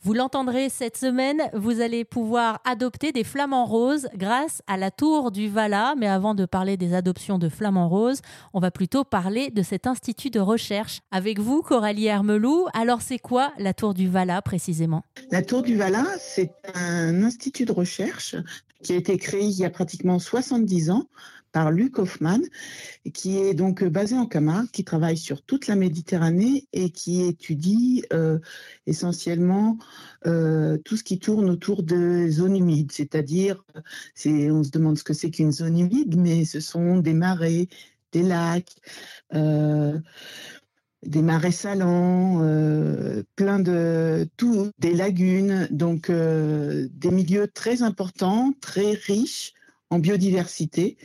Vous l'entendrez cette semaine, vous allez pouvoir adopter des flamants roses grâce à la Tour du Valat. Mais avant de parler des adoptions de flamants roses, on va plutôt parler de cet institut de recherche. Avec vous, Coralie Hermelou, alors c'est quoi la Tour du Valat précisément ? La Tour du Valat, c'est un institut de recherche qui a été créé il y a pratiquement 70 ans par Luc Hoffmann, qui est donc basé en Camargue, qui travaille sur toute la Méditerranée et qui étudie essentiellement tout ce qui tourne autour des zones humides. C'est-à-dire, on se demande ce que c'est qu'une zone humide, mais ce sont des marais, des lacs, euh, des marais salants, plein de tout, des lagunes, donc des milieux très importants, très riches en biodiversité.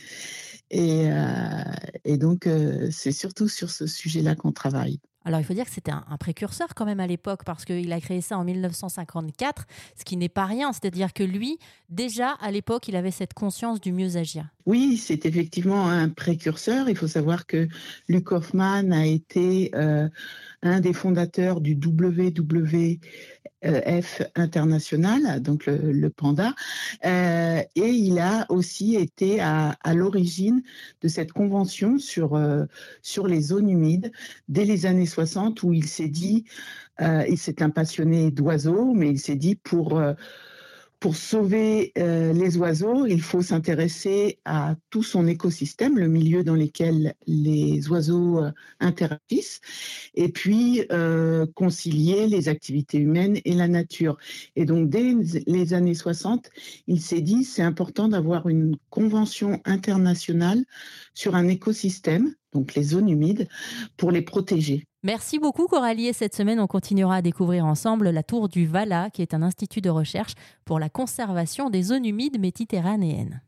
Et donc, c'est surtout sur ce sujet-là qu'on travaille. Alors il faut dire que c'était un précurseur quand même à l'époque parce qu'il a créé ça en 1954, ce qui n'est pas rien. C'est-à-dire que lui, déjà à l'époque, il avait cette conscience du mieux agir. Oui, c'est effectivement un précurseur. Il faut savoir que Luc Hoffmann a été un des fondateurs du WWF international, donc le panda, et il a aussi été à l'origine de cette convention sur les zones humides dès les années 60, où il s'est dit, et c'est un passionné d'oiseaux, mais il s'est dit pour sauver les oiseaux, il faut s'intéresser à tout son écosystème, le milieu dans lequel les oiseaux interagissent, et puis concilier les activités humaines et la nature. Et donc, dès les années 60, il s'est dit, c'est important d'avoir une convention internationale sur un écosystème, donc les zones humides, pour les protéger. Merci beaucoup Coralie et cette semaine on continuera à découvrir ensemble la Tour du Valat qui est un institut de recherche pour la conservation des zones humides méditerranéennes.